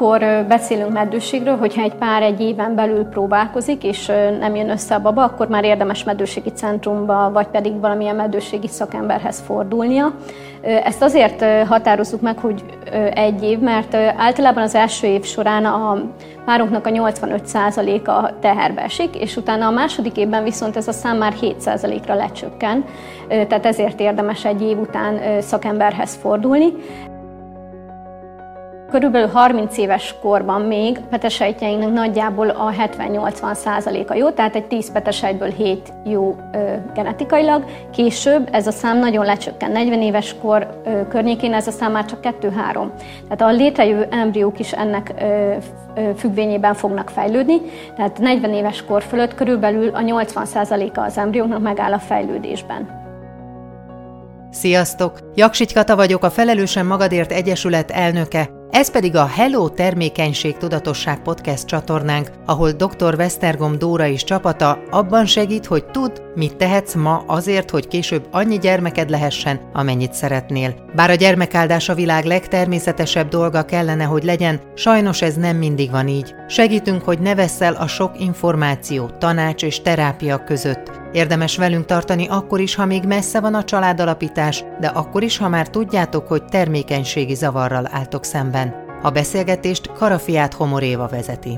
akkor beszélünk meddőségről, hogyha egy pár egy éven belül próbálkozik, és nem jön össze a baba, akkor már érdemes meddőségi centrumba, vagy pedig valamilyen meddőségi szakemberhez fordulnia. Ezt azért határozzuk meg, hogy egy év, mert általában az első év során a párunknak a 85%-a teherbe esik, és utána a második évben viszont ez a szám már 7%-ra lecsökken, tehát ezért érdemes egy év után szakemberhez fordulni. Körülbelül 30 éves korban még a petesejtjeinknek nagyjából a 70-80%-a jó, tehát egy 10 petesejtből 7 jó genetikailag. Később ez a szám nagyon lecsökken. 40 éves kor környékén ez a szám már csak 2-3. Tehát a létrejövő embriók is ennek függvényében fognak fejlődni, tehát 40 éves kor fölött körülbelül a 80%-a az embrióknak megáll a fejlődésben. Sziasztok! Jaksics Kata vagyok, a Felelősen Magadért Egyesület elnöke, ez pedig a Hello Termékenység Tudatosság podcast csatornánk, ahol dr. Vesztergom Dóra és csapata abban segít, hogy tudd, mit tehetsz ma azért, hogy később annyi gyermeked lehessen, amennyit szeretnél. Bár a gyermekáldás a világ legtermészetesebb dolga kellene, hogy legyen, sajnos ez nem mindig van így. Segítünk, hogy ne vessz el a sok információ, tanács és terápia között. Érdemes velünk tartani akkor is, ha még messze van a családalapítás, de akkor is, ha már tudjátok, hogy termékenységi zavarral álltok szemben. A beszélgetést Karafiát Homor Éva vezeti.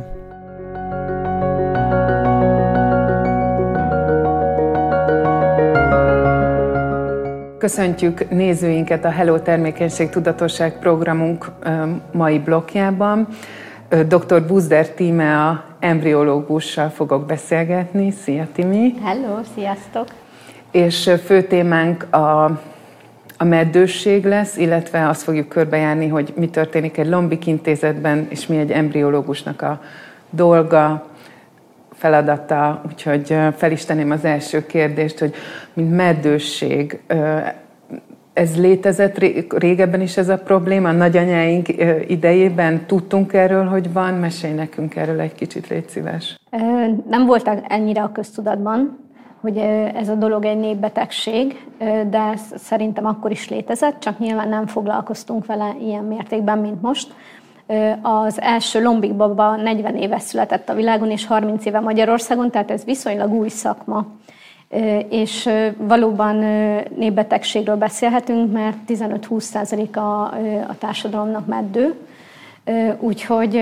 Köszöntjük nézőinket a Hello Termékenység Tudatosság programunk mai blokkjában. Dr. Buzder Tímea embriológussal fogok beszélgetni. Szia, Timi! Hello, sziasztok! És fő témánk a meddősség lesz, illetve azt fogjuk körbejárni, hogy mi történik egy Lombik intézetben, és mi egy embriológusnak a dolga, feladata. Úgyhogy fel is tenném az első kérdést, hogy mint meddősség, ez létezett régebben is ez a probléma? A nagyanyáink idejében tudtunk erről, hogy van? Mesélj nekünk erről egy kicsit, légy szíves. Nem voltak ennyire a köztudatban, hogy ez a dolog egy népbetegség, de szerintem akkor is létezett, csak nyilván nem foglalkoztunk vele ilyen mértékben, mint most. Az első Lombik baba 40 éve született a világon, és 30 éve Magyarországon, tehát ez viszonylag új szakma. És valóban népbetegségről beszélhetünk, mert 15-20% a társadalomnak meddő. Úgyhogy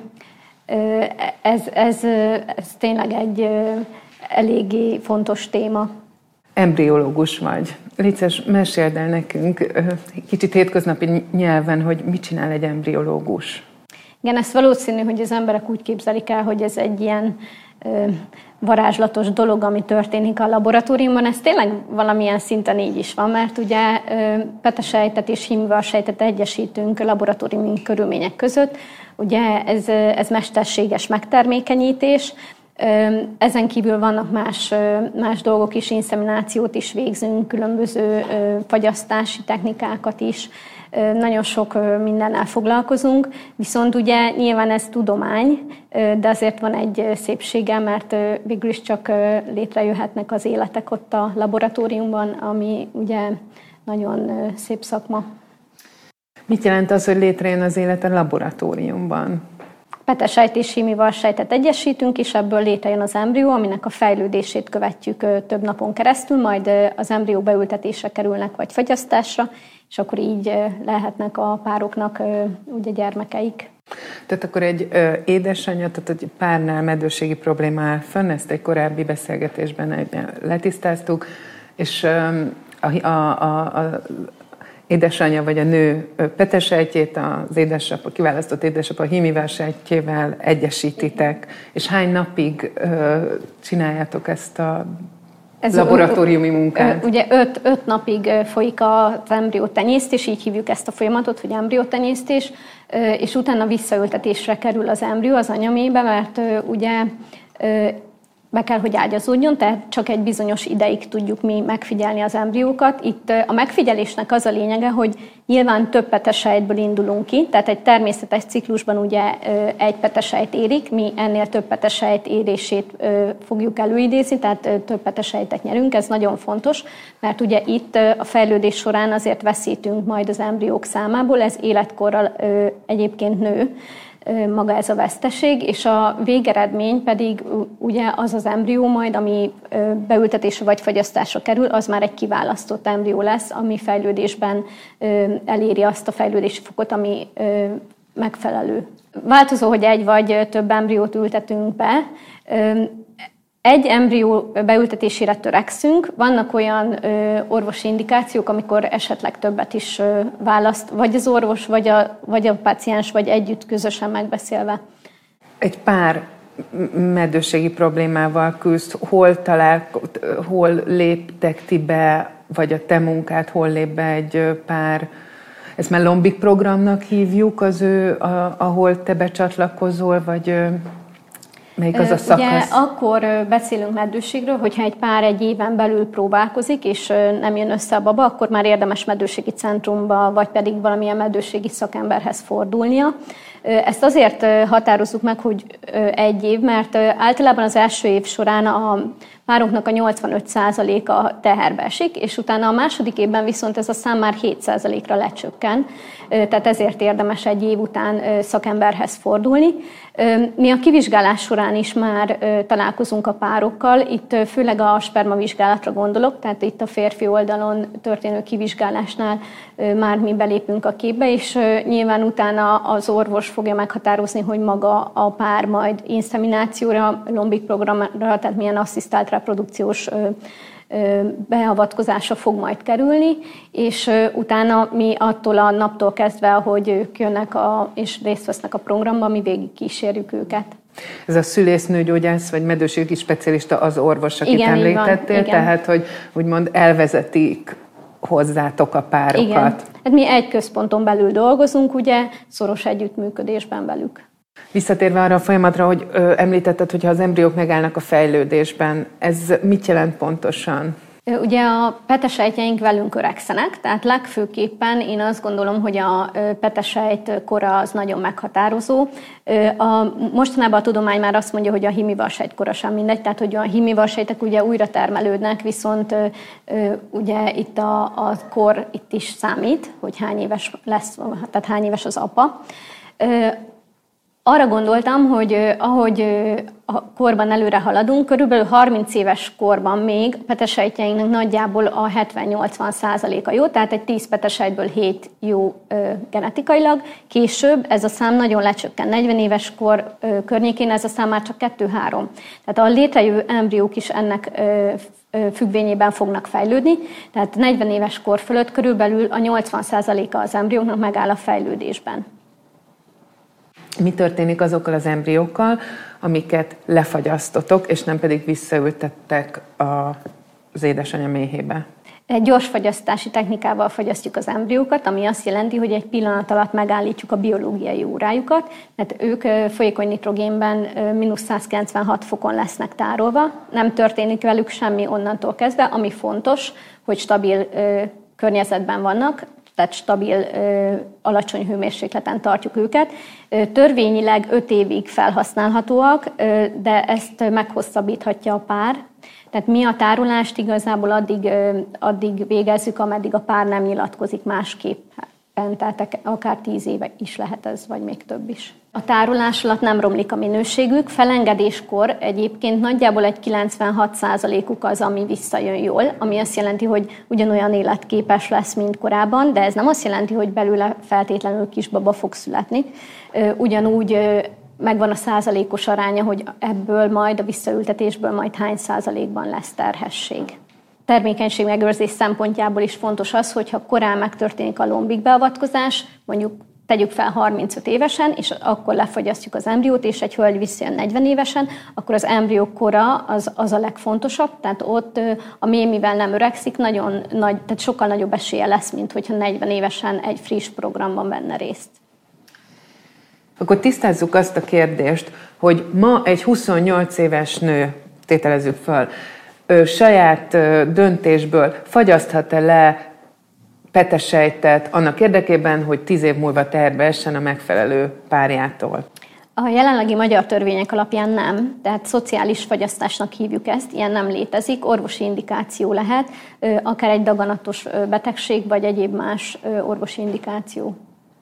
ez tényleg egy eléggé fontos téma. Embriológus vagy. Légy szíves, meséld el nekünk kicsit hétköznapi nyelven, hogy mit csinál egy embriológus. Igen, ez valószínű, hogy az emberek úgy képzelik el, hogy ez egy ilyen varázslatos dolog, ami történik a laboratóriumban. Ez tényleg valamilyen szinten így is van, mert ugye petesejtet és hímivarsejtet egyesítünk laboratóriumi körülmények között. Ugye ez mesterséges megtermékenyítés. Ezen kívül vannak más dolgok is, inszeminációt is végzünk, különböző fagyasztási technikákat is. Nagyon sok mindennel foglalkozunk, viszont ugye nyilván ez tudomány, de azért van egy szépsége, mert végül is csak létrejöhetnek az életek ott a laboratóriumban, ami ugye nagyon szép szakma. Mit jelent az, hogy létrejön az élet a laboratóriumban? Petesejt és hímivarsejtet egyesítünk, és ebből létrejön az embrió, aminek a fejlődését követjük több napon keresztül, majd az embriók beültetésre kerülnek, vagy fagyasztásra, és akkor így lehetnek a pároknak ugye gyermekeik. Tehát akkor egy édesanyja, tehát egy párnál meddőségi probléma áll fönn, ezt egy korábbi beszélgetésben letisztáztuk, és a édesanyja vagy a nő petesejtjét az édesapa, kiválasztott édesapa hímivarsejtjével egyesítitek, és hány napig csináljátok ezt a laboratóriumi munkát? Ugye 5 napig folyik az embriótenyésztés, így hívjuk ezt a folyamatot, hogy embriótenyésztés, és utána visszaültetésre kerül az embrió az anyamébe, mert ugye be kell, hogy ágyazódjon, tehát csak egy bizonyos ideig tudjuk mi megfigyelni az embriókat. Itt a megfigyelésnek az a lényege, hogy nyilván több petesejtből indulunk ki, tehát egy természetes ciklusban ugye egy petesejt érik, mi ennél több petesejt érését fogjuk előidézni, tehát több petesejtet nyerünk, ez nagyon fontos, mert ugye itt a fejlődés során azért veszítünk majd az embriók számából, ez életkorral egyébként nő. maga ez a veszteség, és a végeredmény pedig ugye az az embrió majd, ami beültetésre vagy fagyasztásra kerül, az már egy kiválasztott embrió lesz, ami fejlődésben eléri azt a fejlődési fokot, ami megfelelő. Változó, hogy egy vagy több embriót ültetünk be. Egy embrió beültetésére törekszünk, vannak olyan orvosi indikációk, amikor esetleg többet is választ, vagy az orvos, vagy a páciens, vagy együtt közösen megbeszélve. Egy pár meddőségi problémával küzd, hol léptek ti be, vagy a te munkát, hol lép be egy pár, ezt már Lombik programnak hívjuk, ahol te becsatlakozol, vagy... Melyik az a szakasz? Ugye akkor beszélünk meddőségről, hogyha egy pár egy éven belül próbálkozik, és nem jön össze a baba, akkor már érdemes meddőségi centrumba, vagy pedig valamilyen meddőségi szakemberhez fordulnia. Ezt azért határozzuk meg, hogy egy év, mert általában az első év során a pároknak a 85%-a teherbe esik, és utána a második évben viszont ez a szám már 7%-ra lecsökken, tehát ezért érdemes egy év után szakemberhez fordulni. Mi a kivizsgálás során is már találkozunk a párokkal, itt főleg a spermavizsgálatra gondolok, tehát itt a férfi oldalon történő kivizsgálásnál már mi belépünk a képbe, és nyilván utána az orvos fogja meghatározni, hogy maga a pár majd inszeminációra, Lombik programra, tehát milyen asszisztált reprodukciós beavatkozása fog majd kerülni, és utána mi attól a naptól kezdve, ahogy ők jönnek és részt vesznek a programban, mi végig kísérjük őket. Ez a szülésznőgyógyász vagy meddőségi specialista az orvos, akit említettél, tehát hogy úgymond elvezetik hozzátok a párokat. Igen. Hát mi egy központon belül dolgozunk, ugye, szoros együttműködésben velük. Visszatérve arra a folyamatra, hogy említetted, hogyha az embriók megállnak a fejlődésben, ez mit jelent pontosan? Ugye a petesejtjeink velünk öregszenek, tehát legfőképpen én azt gondolom, hogy a petesejt kora az nagyon meghatározó. Mostanában a tudomány már azt mondja, hogy a hímivarsejt kora sem mindegy, tehát hogy a hímivarsejtek ugye újra termelődnek, viszont ugye itt a kor itt is számít, hogy hány éves lesz, tehát hány éves az apa. Arra gondoltam, hogy ahogy a korban előre haladunk, körülbelül 30 éves korban még a petesejtjeinknek nagyjából a 70-80%-a jó, tehát egy 10 petesejtből 7 jó genetikailag. Később ez a szám nagyon lecsökken. 40 éves kor környékén ez a szám már csak 2-3. Tehát a létrejövő embriók is ennek függvényében fognak fejlődni, tehát 40 éves kor fölött körülbelül a 80%-a az embrióknak megáll a fejlődésben. Mi történik azokkal az embriókkal, amiket lefagyasztotok, és nem pedig visszaültettek az édesanyja méhébe? Egy gyors fagyasztási technikával fagyasztjuk az embriókat, ami azt jelenti, hogy egy pillanat alatt megállítjuk a biológiai órájukat, mert ők folyékony nitrogénben -196 fokon lesznek tárolva, nem történik velük semmi onnantól kezdve, ami fontos, hogy stabil környezetben vannak, tehát stabil, alacsony hőmérsékleten tartjuk őket. Törvényileg 5 évig felhasználhatóak, de ezt meghosszabbíthatja a pár. Tehát mi a tárolást igazából addig végezzük, ameddig a pár nem nyilatkozik másképpen, tehát akár 10 éve is lehet ez, vagy még több is. A tárolás alatt nem romlik a minőségük, felengedéskor egyébként nagyjából egy 96%-uk az, ami visszajön jól, ami azt jelenti, hogy ugyanolyan életképes lesz, mint korábban, de ez nem azt jelenti, hogy belőle feltétlenül kisbaba fog születni. Ugyanúgy megvan a százalékos aránya, hogy ebből majd a visszaültetésből majd hány százalékban lesz terhesség. Termékenység megőrzés szempontjából is fontos az, hogyha korán megtörténik a lombik beavatkozás, mondjuk tegyük fel 35 évesen, és akkor lefagyasztjuk az embriót, és egy hölgy visszajön 40 évesen, akkor az embrió kora az a legfontosabb, tehát ott a méh, mivel nem öregszik, nagyon nagy, tehát sokkal nagyobb esélye lesz, mint hogyha 40 évesen egy friss programban venne részt. Akkor tisztázzuk azt a kérdést, hogy ma egy 28 éves nő, tételezzük föl, saját döntésből fagyaszthat-e le petesejtet annak érdekében, hogy 10 év múlva teherbe essen a megfelelő párjától? A jelenlegi magyar törvények alapján nem, tehát szociális fagyasztásnak hívjuk ezt, ilyen nem létezik, orvosi indikáció lehet, akár egy daganatos betegség, vagy egyéb más orvosi indikáció.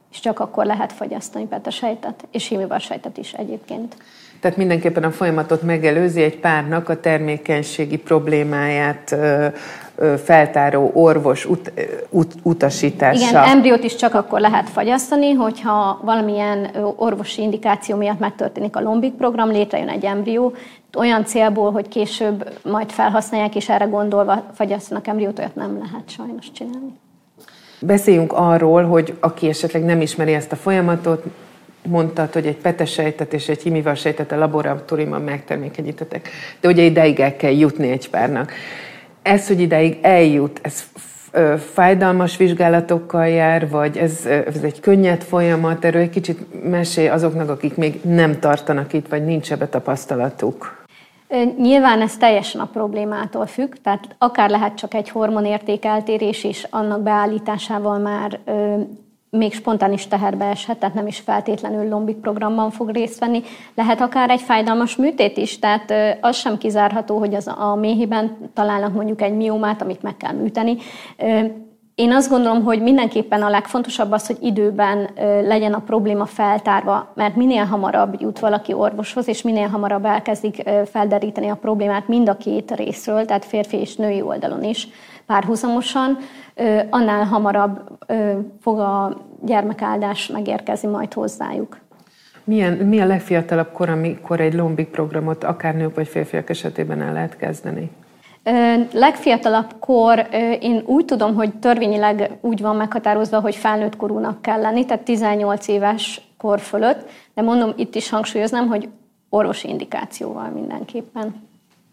és csak akkor lehet fogyasztani petesejtet, és hímivarsejtet is egyébként. Tehát mindenképpen a folyamatot megelőzi egy párnak a termékenységi problémáját feltáró orvos utasítása. Igen, embriót is csak akkor lehet fogyasztani, hogyha valamilyen orvosi indikáció miatt megtörténik a Lombik program, létrejön egy embrió, olyan célból, hogy később majd felhasználják, és erre gondolva fogyasztanak embriót, olyat nem lehet sajnos csinálni. Beszéljünk arról, hogy aki esetleg nem ismeri ezt a folyamatot, mondtad, hogy egy petesejtet és egy hímivarsejtet a laboratóriumban megtermékenyítettek, de ugye ideig el kell jutni egy párnak. Ez, hogy ideig eljut, ez fájdalmas vizsgálatokkal jár, vagy ez egy könnyed folyamat? Erről egy kicsit mesélj azoknak, akik még nem tartanak itt, vagy nincs ebbe tapasztalatuk. Nyilván ez teljesen a problémától függ, tehát akár lehet csak egy hormonértékeltérés, és annak beállításával már még spontánis teherbe eshet, tehát nem is feltétlenül Lombik programban fog részt venni. Lehet akár egy fájdalmas műtét is, tehát az sem kizárható, hogy a méhében találnak mondjuk egy miómát, amit meg kell műteni. Én azt gondolom, hogy mindenképpen a legfontosabb az, hogy időben legyen a probléma feltárva, mert minél hamarabb jut valaki orvoshoz, és minél hamarabb elkezdik felderíteni a problémát mind a két részről, tehát férfi és női oldalon is párhuzamosan, annál hamarabb fog a gyermekáldás megérkezni majd hozzájuk. Mi a legfiatalabb kor, amikor egy Lombik programot akár nők vagy férfiak esetében el lehet kezdeni? Legfiatalabb kor, én úgy tudom, hogy törvényileg úgy van meghatározva, hogy felnőtt korúnak kell lenni, tehát 18 éves kor fölött, de mondom, itt is hangsúlyoznám, hogy orvosi indikációval mindenképpen.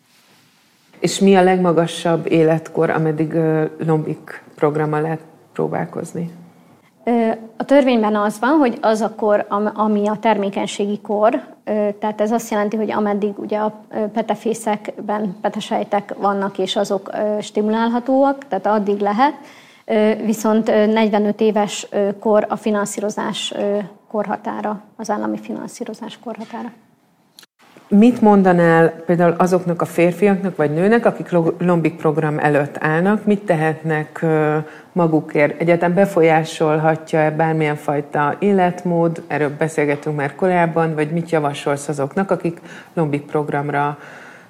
És mi a legmagasabb életkor, ameddig Lombik programmal lehet próbálkozni? A törvényben az van, hogy az a kor, ami a termékenységi kor, tehát ez azt jelenti, hogy ameddig ugye a petefészekben petesejtek vannak, és azok stimulálhatóak, tehát addig lehet, viszont 45 éves kor a finanszírozás korhatára, az állami finanszírozás korhatára. Mit mondanál például azoknak a férfiaknak vagy nőnek, akik Lombik program előtt állnak, mit tehetnek magukért? Egyáltalán befolyásolhatja-e bármilyen fajta életmód, erről beszélgetünk már korábban, vagy mit javasolsz azoknak, akik Lombik programra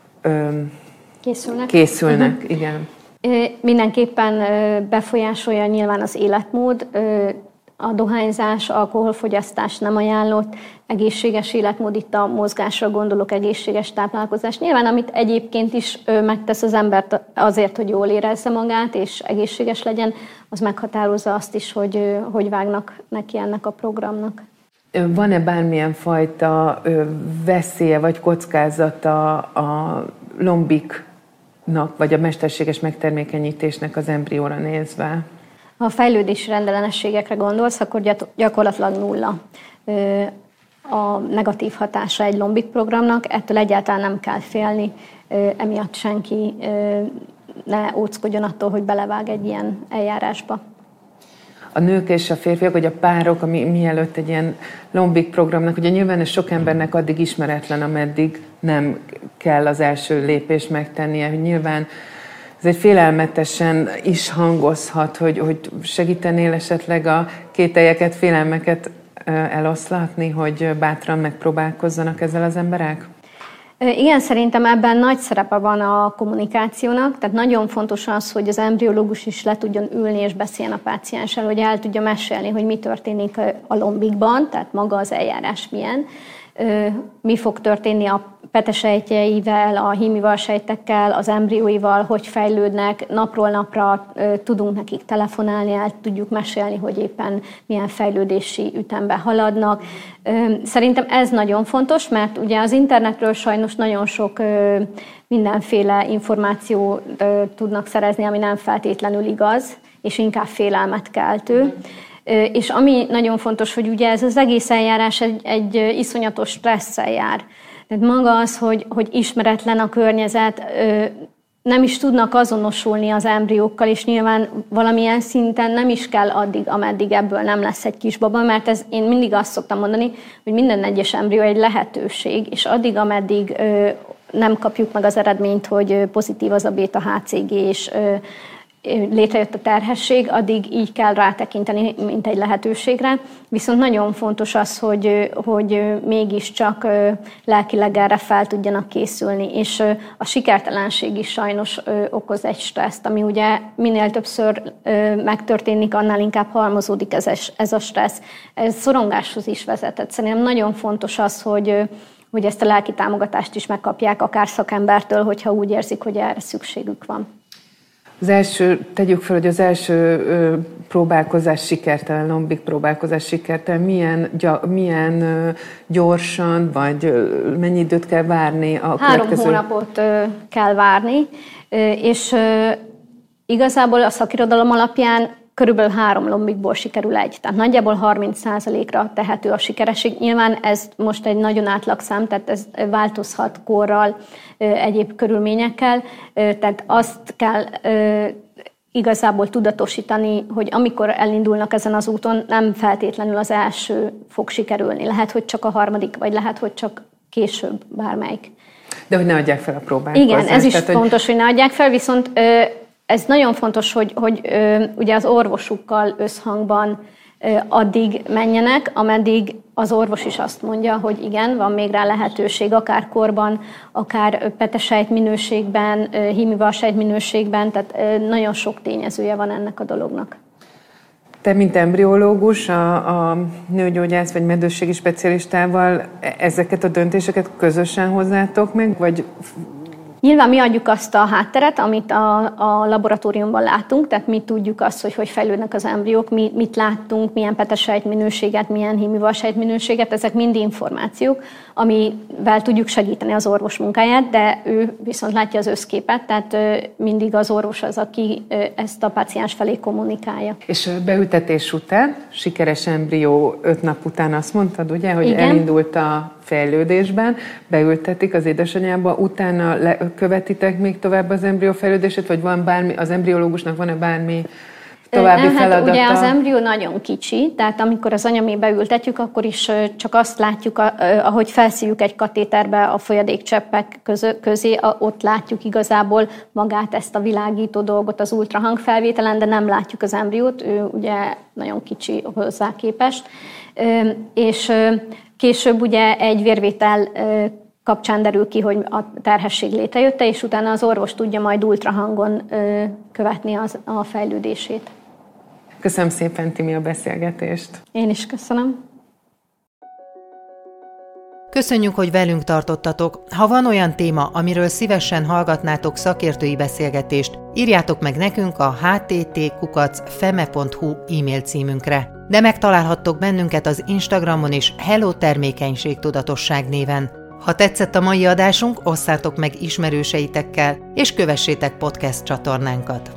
készülnek? Igen. Mindenképpen befolyásolja nyilván az életmód, a dohányzás, alkoholfogyasztás nem ajánlott, egészséges életmód, itt a mozgásra gondolok, egészséges táplálkozás. Nyilván, amit egyébként is megtesz az embert azért, hogy jól érezze magát és egészséges legyen, az meghatározza azt is, hogy vágnak neki ennek a programnak. Van-e bármilyen fajta veszélye vagy kockázata a Lombiknak, vagy a mesterséges megtermékenyítésnek az embrióra nézve? Ha a fejlődési rendellenességekre gondolsz, akkor gyakorlatilag nulla a negatív hatása egy Lombik programnak, ettől egyáltalán nem kell félni, emiatt senki ne óckodjon attól, hogy belevág egy ilyen eljárásba. A nők és a férfiak, vagy a párok, ami mielőtt egy ilyen Lombik programnak, ugye nyilván ez sok embernek addig ismeretlen, ameddig nem kell az első lépést megtennie, hogy nyilván ez egy félelmetesen is hangozhat, hogy segítenél esetleg a kételyeket, félelmeket eloszlatni, hogy bátran megpróbálkozzanak ezzel az emberek? Igen, szerintem ebben nagy szerepe van a kommunikációnak, tehát nagyon fontos az, hogy az embriológus is le tudjon ülni és beszéljen a pácienssel, hogy el tudja mesélni, hogy mi történik a Lombikban, tehát maga az eljárás milyen, mi fog történni a petesejtjeivel, a hímivarsejtekkel, az embrióival, hogy fejlődnek, napról napra tudunk nekik telefonálni, el tudjuk mesélni, hogy éppen milyen fejlődési ütemben haladnak. Szerintem ez nagyon fontos, mert ugye az internetről sajnos nagyon sok mindenféle információt tudnak szerezni, ami nem feltétlenül igaz, és inkább félelmet keltő. És ami nagyon fontos, hogy ugye ez az egész eljárás egy iszonyatos stresszel jár. Tehát maga az, hogy ismeretlen a környezet, nem is tudnak azonosulni az embriókkal, és nyilván valamilyen szinten nem is kell addig, ameddig ebből nem lesz egy kisbaba, mert én mindig azt szoktam mondani, hogy minden egyes embrió egy lehetőség, és addig, ameddig nem kapjuk meg az eredményt, hogy pozitív az a béta HCG, létrejött a terhesség, addig így kell rátekinteni, mint egy lehetőségre. Viszont nagyon fontos az, hogy mégiscsak lelkileg erre fel tudjanak készülni. És a sikertelenség is sajnos okoz egy stresszt, ami ugye minél többször megtörténik, annál inkább halmozódik ez a stressz. Ez szorongáshoz is vezetett. Szerintem nagyon fontos az, hogy ezt a lelki támogatást is megkapják, akár szakembertől, hogyha úgy érzik, hogy erre szükségük van. Tegyük fel, hogy az első próbálkozás sikertelen, lombik próbálkozás sikertelen, milyen gyorsan, vagy mennyi időt kell várni a 3 hónapot kell várni, és igazából a szakirodalom alapján körülbelül 3 lombikból sikerül 1. Tehát nagyjából 30%-ra tehető a sikeresség. Nyilván ez most egy nagyon átlagszám, tehát ez változhat korral, egyéb körülményekkel. Tehát azt kell igazából tudatosítani, hogy amikor elindulnak ezen az úton, nem feltétlenül az első fog sikerülni. Lehet, hogy csak a 3., vagy lehet, hogy csak később bármelyik. De hogy ne adják fel a próbálkozást. Igen, ez is fontos, hogy ne adják fel, viszont ez nagyon fontos, hogy ugye az orvosukkal összhangban addig menjenek, ameddig az orvos is azt mondja, hogy igen, van még rá lehetőség, akár korban, akár petesejt minőségben, hímivalsejt minőségben, tehát nagyon sok tényezője van ennek a dolognak. Te, mint embriológus, a nőgyógyász vagy meddősségi specialistával ezeket a döntéseket közösen hozzátok meg, vagy... Nyilván mi adjuk azt a hátteret, amit a laboratóriumban látunk, tehát mi tudjuk azt, hogy fejlődnek az embriók, mit láttunk, milyen petesejt minőséget, milyen hímivalsejt minőséget, ezek mind információk, amivel tudjuk segíteni az orvos munkáját, de ő viszont látja az összképet, tehát mindig az orvos az, aki ezt a páciens felé kommunikálja. És beültetés után, sikeres embrió 5 nap után azt mondtad, ugye, hogy igen, elindult a fejlődésben, beültetik az édesanyába, utána követitek még tovább az embrió fejlődését, vagy van bármi, az embriológusnak van-e bármi további feladata? Ugye az embrió nagyon kicsi, tehát amikor az anyamébe ültetjük, akkor is csak azt látjuk, ahogy felszívjuk egy katéterbe a folyadékcseppek közé, ott látjuk igazából magát, ezt a világító dolgot az ultrahangfelvételen, de nem látjuk az embriót, ő ugye nagyon kicsi hozzá képest. És később ugye egy vérvétel kapcsán derül ki, hogy a terhesség létrejötte, és utána az orvos tudja majd ultrahangon követni a fejlődését. Köszönöm szépen, Timi, a beszélgetést. Én is köszönöm. Köszönjük, hogy velünk tartottatok. Ha van olyan téma, amiről szívesen hallgatnátok szakértői beszélgetést, írjátok meg nekünk a htt@feme.hu e-mail címünkre. De megtalálhattok bennünket az Instagramon is Hello Termékenységtudatosság néven. Ha tetszett a mai adásunk, osszátok meg ismerőseitekkel, és kövessétek podcast csatornánkat.